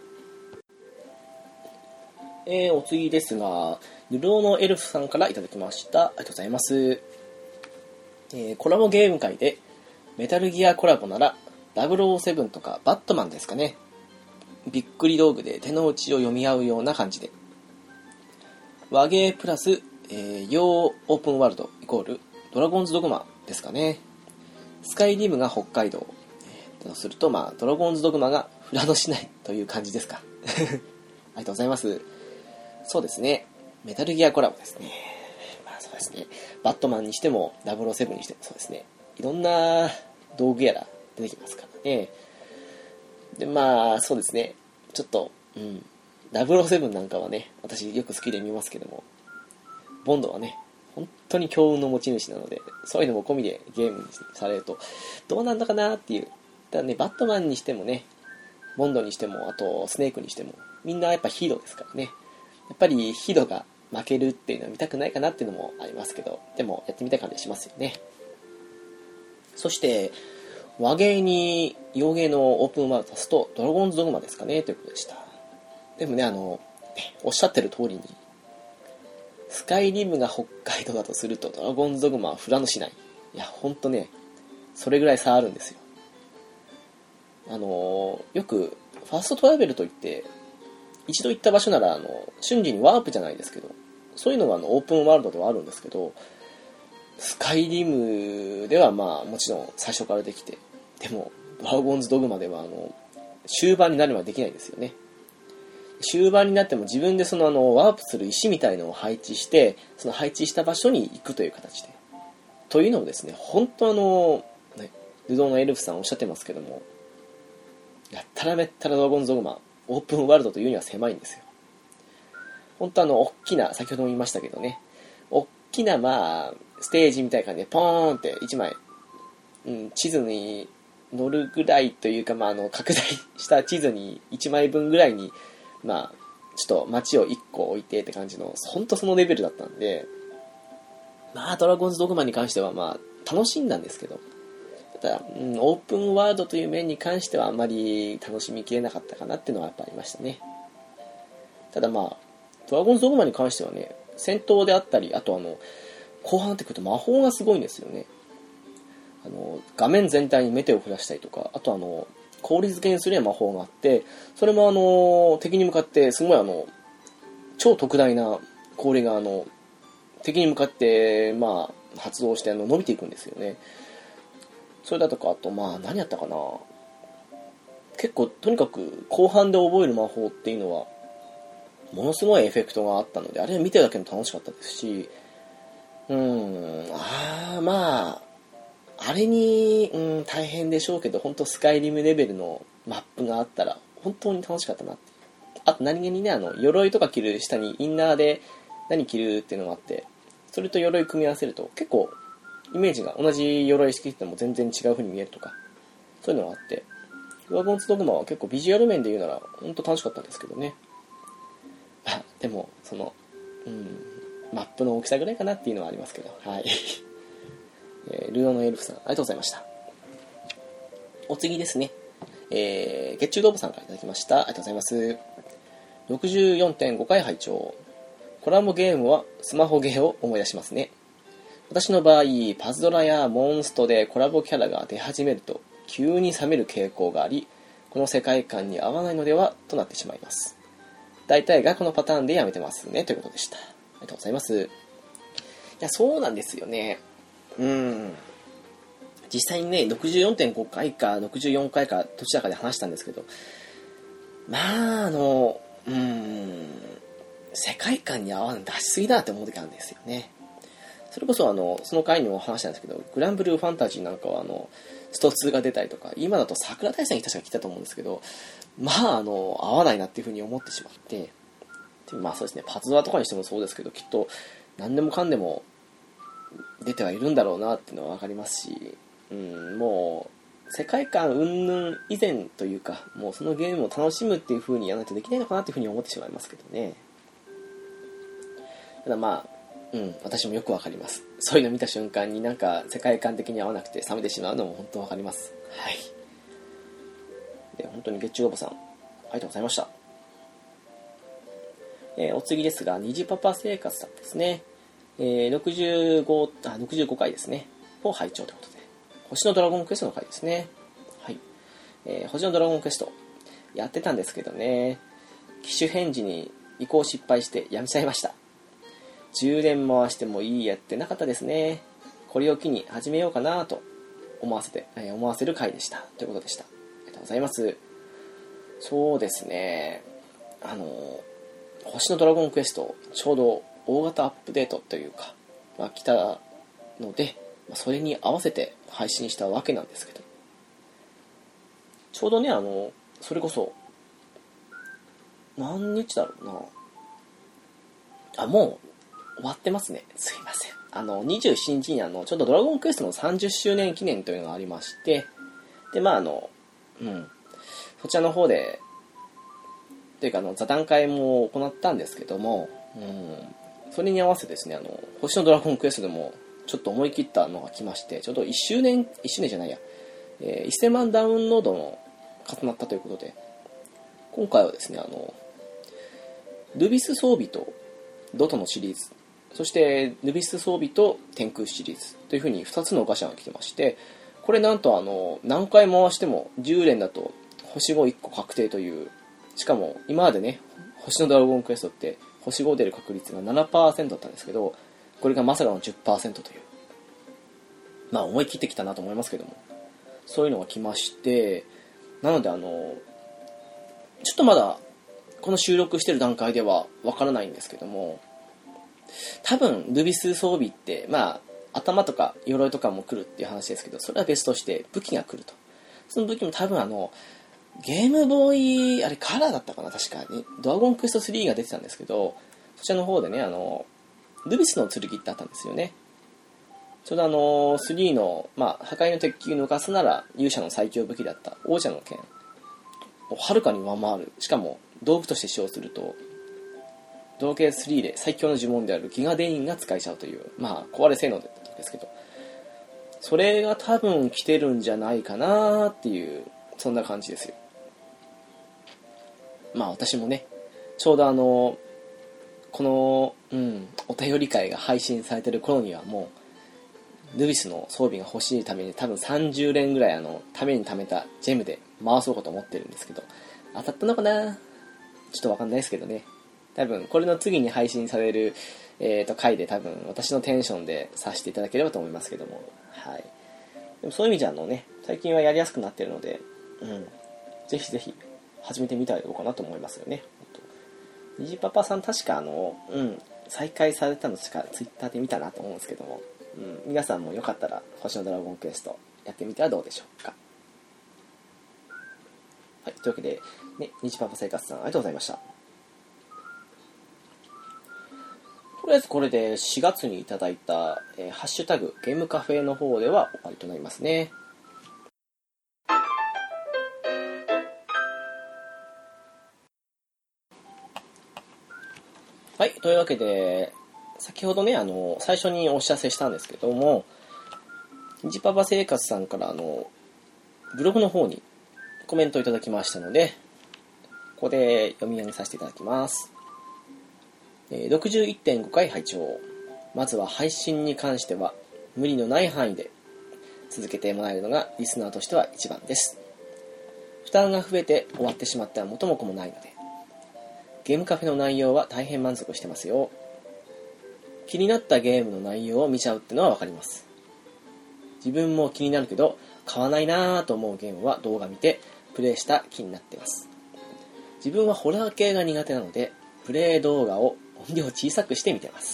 えー、お次ですが、ルローのエルフさんからいただきました。ありがとうございます。えー、コラボゲーム会で、メタルギアコラボなら、ダブルオーセブンとかバットマンですかね。びっくり道具で手の内を読み合うような感じで。和ゲープラス、えー、洋オープンワールドイコールドラゴンズドグマですかね。スカイリムが北海道。えー、とすると、まあ、ドラゴンズドグマが富良野市内という感じですか。ありがとうございます。そうですね。メタルギアコラボですね。まあそうですね。バットマンにしてもダブルオーセブンにしてもそうですね。いろんな道具やら出てきますからね。で、まあそうですね。ちょっと、うん。ダブルオーセブンなんかはね、私よく好きで見ますけども、ボンドはね、本当に強運の持ち主なので、そういうのも込みでゲームにされると、どうなんだかなっていう。ただね、バットマンにしてもね、ボンドにしても、あとスネークにしても、みんなやっぱヒーローですからね。やっぱりヒーローが負けるっていうのは見たくないかなっていうのもありますけど、でもやってみたい感じしますよね。そして和芸に洋芸のオープンワールド足すとドラゴンズドグマですかねということでした。でもね、あのおっしゃってる通りにスカイリムが北海道だとするとドラゴンズドグマは富良野市内。いやほんとね、それぐらい差あるんですよ。あのよくファーストトラベルといって、一度行った場所なら、あの、瞬時にワープじゃないですけど、そういうのがあのオープンワールドではあるんですけど、スカイリムではまあもちろん最初からできて、でもドラゴンズドグマではあの終盤になるまでできないんですよね。終盤になっても自分でそのあのワープする石みたいのを配置して、その配置した場所に行くという形で。というのもですね、本当あの、ね、ルドーのエルフさんおっしゃってますけども、やったらめったらドラゴンズドグマ、オープンワールドというには狭いんですよ。本当あの、大きな、先ほども言いましたけどね、大きなまあ、ステージみたいな感じでポーンっていちまい、うん、地図に乗るぐらいというか、まあ、あの、拡大した地図にいちまいぶんぐらいに、まあ、ちょっと街をいっこ置いてって感じの、ほんとそのレベルだったんで、まあ、ドラゴンズドグマに関してはまあ、楽しんだんですけど、ただ、うん、オープンワールドという面に関してはあまり楽しみきれなかったかなっていうのはやっぱありましたね。ただまあ、ドラゴンズドグマに関してはね、戦闘であったり、あとあの、後半ってくると魔法がすごいんですよね。あの、画面全体にメテを降らしたりとか、あとあの、氷漬けにするような魔法があって、それもあの、敵に向かってすごいあの、超特大な氷があの、敵に向かって、まあ、発動してあの伸びていくんですよね。それだとか、あとまあ、何やったかな。結構、とにかく後半で覚える魔法っていうのは、ものすごいエフェクトがあったので、あれは見てるだけでも楽しかったですし、うーん、あー、まあ、あれに、うん、大変でしょうけど、本当スカイリムレベルのマップがあったら、本当に楽しかったなって。あと何気にね、あの、鎧とか着る下にインナーで何着るっていうのがあって、それと鎧組み合わせると、結構、イメージが同じ鎧式っても全然違う風に見えるとか、そういうのがあって、ドラゴンズドグマは結構ビジュアル面で言うなら、本当楽しかったんですけどね。あ、でも、その、うん、マップの大きさぐらいかなっていうのはありますけど、はい。えー、ルードのエルフさん、ありがとうございました。お次ですね。えー、月中ドーブさんからいただきました。ありがとうございます。ろくじゅうよんてんごかい拝聴。コラボゲームはスマホゲーを思い出しますね。私の場合、パズドラやモンストでコラボキャラが出始めると、急に冷める傾向があり、この世界観に合わないのではとなってしまいます。大体がこのパターンでやめてますね、ということでした。ありがとうございます。いや、そうなんですよね。うん。実際にね、ろくじゅうよんてんごかいかろくじゅうよんかいかどちらかで話したんですけど、まあ、あの、うーん、世界観に合わない出しすぎだなって思う時あるんですよね。それこそあの、その回にも話したんですけど、グランブルーファンタジーなんかはあの、ストツーが出たりとか、今だと桜大戦に確か来たと思うんですけど、まあ、あの、合わないなっていうふうに思ってしまって、でまあそうですね、パズドラとかにしてもそうですけど、きっと何でもかんでも出てはいるんだろうなっていうのはわかりますし、うん、もう、世界観云々以前というか、もうそのゲームを楽しむっていう風にやらないとできないのかなっていう風に思ってしまいますけどね。ただまあ、うん、私もよくわかります。そういうの見た瞬間になんか世界観的に合わなくて冷めてしまうのも本当わかります。はい。で、本当に月中おばさん、ありがとうございました。えー、お次ですが、虹パパ生活さんですね。えー、ろくじゅうご、あ、ろくじゅうごかいですね。を拝聴ということで。星のドラゴンクエストの回ですね。はい。えー、星のドラゴンクエスト。やってたんですけどね。機種変時に移行失敗してやめちゃいました。充電回してもいいやってなかったですね。これを機に始めようかなと思わせて、えー、思わせる回でした。ということでした。ありがとうございます。そうですね。あの、星のドラゴンクエスト、ちょうど大型アップデートというか、まあ、来たので、それに合わせて配信したわけなんですけど、ちょうどね、あの、それこそ、何日だろうな。あ、もう終わってますね。すいません。あの、にじゅうしちにちにあの、ちょっとドラゴンクエストのさんじゅっしゅうねん記念というのがありまして、で、まああの、うん、そちらの方で、というかあの、座談会も行ったんですけども、うん、それに合わせてですね、あの、星のドラゴンクエストでも、ちょっと思い切ったのが来まして、ちょうどいっしゅうねん、いっしゅうねんじゃないや、えー、せんまんダウンロードの重なったということで、今回はですね、あの、ルビス装備とドトのシリーズ、そしてルビス装備と天空シリーズというふうにふたつのガシャが来てまして、これなんとあの、何回回してもじゅうれんだと星ごいっこ確定という、しかも今までね、星のドラゴンクエストって星ご出る確率が ななパーセント だったんですけど、これがまさかの じゅっパーセント という、まあ思い切ってきたなと思いますけども、そういうのが来まして、なのであのちょっとまだこの収録してる段階ではわからないんですけども、多分ルビス装備ってまあ頭とか鎧とかも来るっていう話ですけど、それは別として武器が来ると。その武器も多分あのゲームボーイあれカラーだったかな、確かにドラゴンクエストスリーが出てたんですけど、そちらの方でね、あのルビスの剣ってあったんですよね。ちょうどあのスリーの、まあ、破壊の鉄球を抜かすなら勇者の最強武器だった王者の剣をはるかに上回る、しかも道具として使用するとドラクエスリーで最強の呪文であるギガデインが使えちゃうという、まあ壊れ性能ですけど、それが多分来てるんじゃないかなっていう、そんな感じですよ。まあ私もね、ちょうどあのこの、うん、お便り会が配信されてる頃にはもうルビスの装備が欲しいために多分さんじゅう連ぐらいあのために貯めたジェムで回そうかと思ってるんですけど、当たったのかな、ちょっとわかんないですけどね。多分これの次に配信される、えー、と回で多分私のテンションでさせていただければと思いますけども、はい。でもそういう意味じゃあのね、最近はやりやすくなってるので、うん、ぜひぜひ始めてみたらどうかなと思いますよね。虹パパさん確かあの、うん、再開されたのしかツイッターで見たなと思うんですけども、うん、皆さんもよかったら星のドラゴンクエストやってみてはどうでしょうか。はい、というわけで、ね、虹パパ生活さんありがとうございました。とりあえずこれでしがつにいただいた、えー、ハッシュタグゲームカフェの方では終わりとなりますね。はい、というわけで先ほどね、あの最初にお知らせしたんですけども、虹パパ生活さんからあのブログの方にコメントいただきましたので、ここで読み上げさせていただきます。ろくじゅういってんごかい拝聴。まずは配信に関しては無理のない範囲で続けてもらえるのがリスナーとしては一番です。負担が増えて終わってしまったら元も子もないので、ゲームカフェの内容は大変満足してますよ。気になったゲームの内容を見ちゃうってのはわかります。自分も気になるけど買わないなぁと思うゲームは動画見てプレイした気になってます。自分はホラー系が苦手なのでプレイ動画を音量小さくして見てます。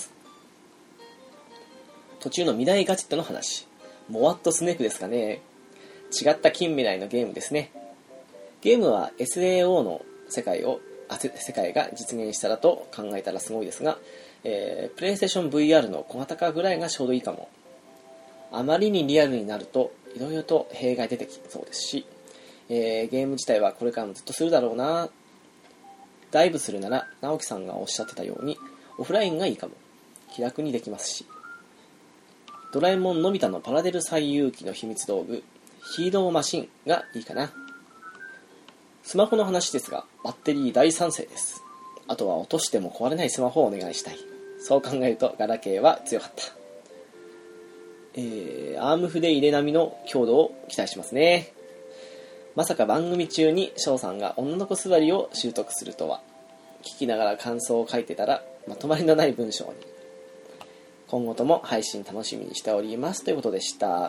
途中の未来ガジェットの話、モワットスネークですかね。違った近未来のゲームですね。ゲームは エスエーオー の世界をあ世界が実現したらと考えたらすごいですが、えー、プレイステーション ブイアール の小型化ぐらいがちょうどいいかも。あまりにリアルになるといろいろと弊害出てきそうですし、えー、ゲーム自体はこれからもずっとするだろうな。ダイブするなら直樹さんがおっしゃってたようにオフラインがいいかも。気楽にできますし、ドラえもんのび太のパラデル最遊記の秘密道具ヒーローマシンがいいかな。スマホの話ですがバッテリー大賛成です。あとは落としても壊れないスマホをお願いしたい。そう考えるとガラケーは強かった。えー、アーム筆入れ並みの強度を期待しますね。まさか番組中に翔さんが女の子座りを習得するとは。聞きながら感想を書いてたらまとまりのない文章に。今後とも配信楽しみにしておりますということでした。はい、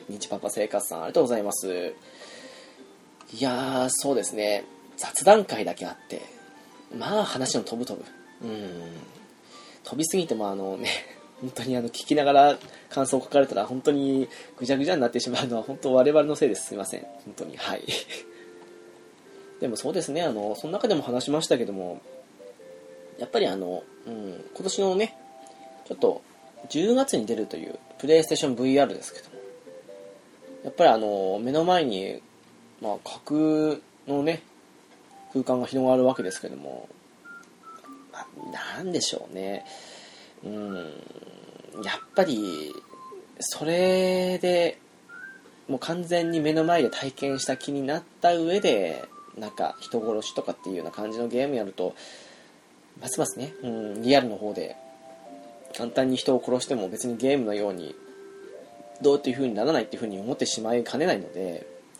日パパ生活さんありがとうございます。いやー、そうですね、雑談会だけあってまあ話の飛ぶ飛ぶうーん飛びすぎてもあのね本当にあの聞きながら感想を書かれたら本当にぐちゃぐちゃになってしまうのは本当我々のせいです。すいません本当に。はいでもそうですね、あのその中でも話しましたけども、やっぱりあの、うん、今年のねちょっとじゅうがつに出るというプレイステーション ブイアール ですけども、やっぱりあの目の前に、まあ、架空のね空間が広がるわけですけども、なんでしょうね、うん、やっぱりそれでもう完全に目の前で体験した気になった上でなんか人殺しとかっていうような感じのゲームやるとますますね、うん、リアルの方で簡単に人を殺しても別にゲームのようにどうっていう風にならないっていう風に思ってしまいかねないので、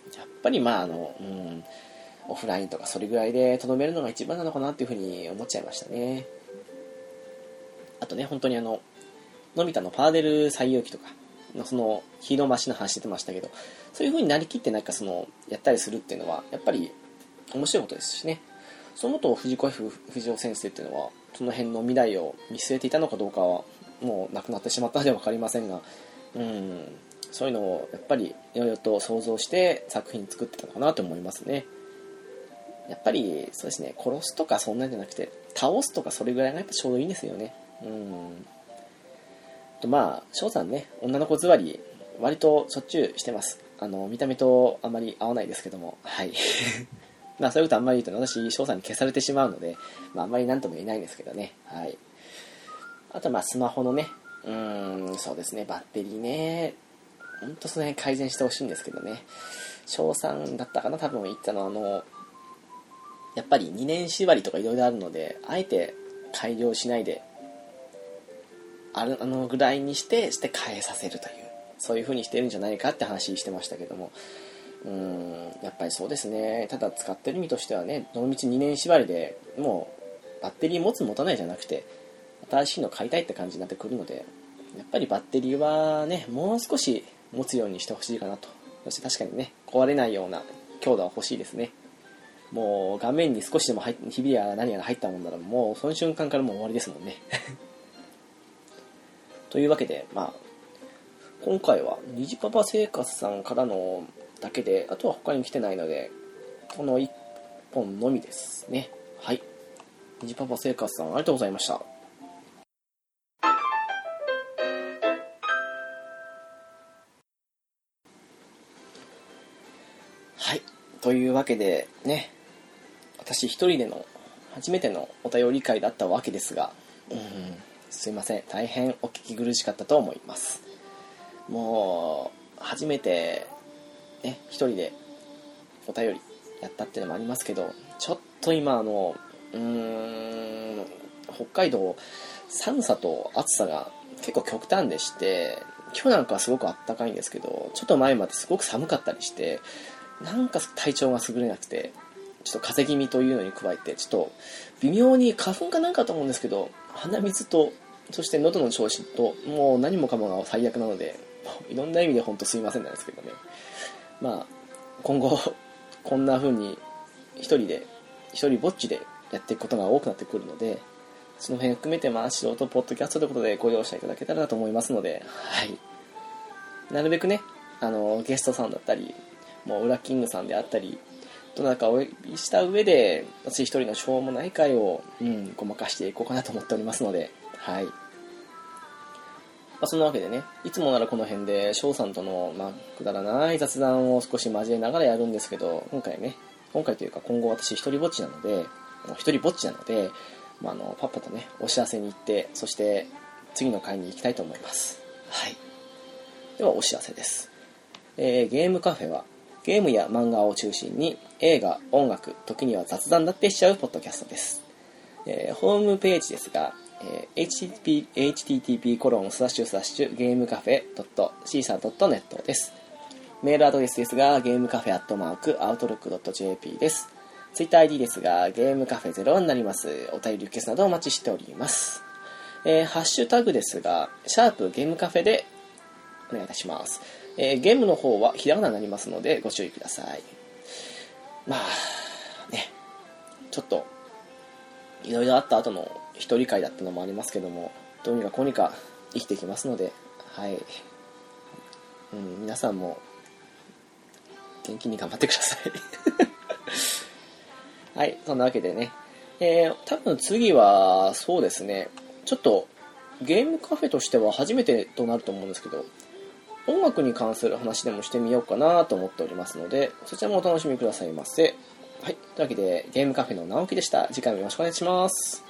やっぱりまああの、うん、オフラインとかそれぐらいでとどめるのが一番なのかなっていうふうに思っちゃいましたね。あとね、本当にあののび太のパーデル採用機とかのそのヒーローマシンの話してましたけど、そういう風になりきってなんかそのやったりするっていうのはやっぱり面白いことですしね。その元藤子 F 不二雄先生っていうのはその辺の未来を見据えていたのかどうかはもう亡くなってしまったので分かりませんが、うん、そういうのをやっぱりいろいろと想像して作品作ってたのかなと思いますね。やっぱりそうですね、殺すとかそんなんじゃなくて倒すとかそれぐらいがやっぱちょうどいいんですよね。うん。とまあ翔さんね、女の子座り割としょっちゅうしてます。あの見た目とあんまり合わないですけども、はいまあそういうことあんまり言うと、ね、私翔さんに消されてしまうので、まあ、あんまり何とも言えないんですけどね。はい。あとまあスマホのね、うーんそうですね、バッテリーね、ほんとその辺改善してほしいんですけどね。翔さんだったかな、多分言ったのはあのやっぱりにねん縛りとかいろいろあるので、あえて改良しないであるあのぐらいにしてして変えさせるという、そういう風にしてるんじゃないかって話してましたけども、うーんやっぱりそうですね。ただ使ってる意味としてはね、どのみちにねん縛りでもうバッテリー持つ持たないじゃなくて新しいの買いたいって感じになってくるので、やっぱりバッテリーはねもう少し持つようにしてほしいかなと。そして確かにね、壊れないような強度は欲しいですね。もう画面に少しでもひびや何やら入ったもんならもうその瞬間からもう終わりですもんねというわけで、まあ今回は虹パパ生活さんからのだけで、あとは他に来てないのでこのいっぽんのみですね。はい、虹パパ生活さんありがとうございました。はい、というわけでね、私一人での初めてのお便り会だったわけですが、うーんすいません、大変お聞き苦しかったと思います。もう初めてね一人でお便りやったっていうのもありますけど、ちょっと今あのうーん北海道寒さと暑さが結構極端でして、今日なんかはすごく暖かいんですけど、ちょっと前まですごく寒かったりして、なんか体調が優れなくて、ちょっと風邪気味というのに加えてちょっと微妙に花粉かなんかと思うんですけど、鼻水とそして喉の調子ともう何もかもが最悪なので、いろんな意味で本当すいませんなんですけどね。まあ今後こんな風に一人で一人ぼっちでやっていくことが多くなってくるので、その辺含めてまあ素人ポッドキャストということでご了承いただけたらなと思いますので、はい、なるべくねあのゲストさんだったりもうウラキングさんであったりどなたかお呼びした上で私一人のしょうもない会を、うん、ごまかしていこうかなと思っておりますので、はい、まあ、そんなわけでね、いつもならこの辺で翔さんとの、まあ、くだらない雑談を少し交えながらやるんですけど、今回ね今回というか今後私一人ぼっちなので一人ぼっちなので、まあ、あのパッパとねお知らせに行って、そして次の回に行きたいと思います。はい、ではお知らせです。えー、ゲームカフェはゲームや漫画を中心に映画、音楽、時には雑談だってしちゃうポッドキャストです。えー、ホームページですが、えー、エイチティーティーピーコロンスラッシュスラッシュゲームカフェドットシーサードットネット です。メールアドレスですが、ゲームカフェアットマークアウトロックドットジェーピー です。ツイッター アイディー ですが、ゲームカフェゼロになります。お便りリクエストなどお待ちしております。えー、ハッシュタグですが、シャープゲームカフェでお願いいたします。えー、ゲームの方はひらがなになりますのでご注意ください。まあね、ちょっといろいろあった後の一人会だったのもありますけども、どうにかこうにか生きていきますので、はい、うん、皆さんも元気に頑張ってくださいはい、そんなわけでね、えー、多分次はそうですね、ちょっとゲームカフェとしては初めてとなると思うんですけど、音楽に関する話でもしてみようかなと思っておりますので、そちらもお楽しみくださいませ。はい、というわけでゲームカフェの直樹でした。次回もよろしくお願いします。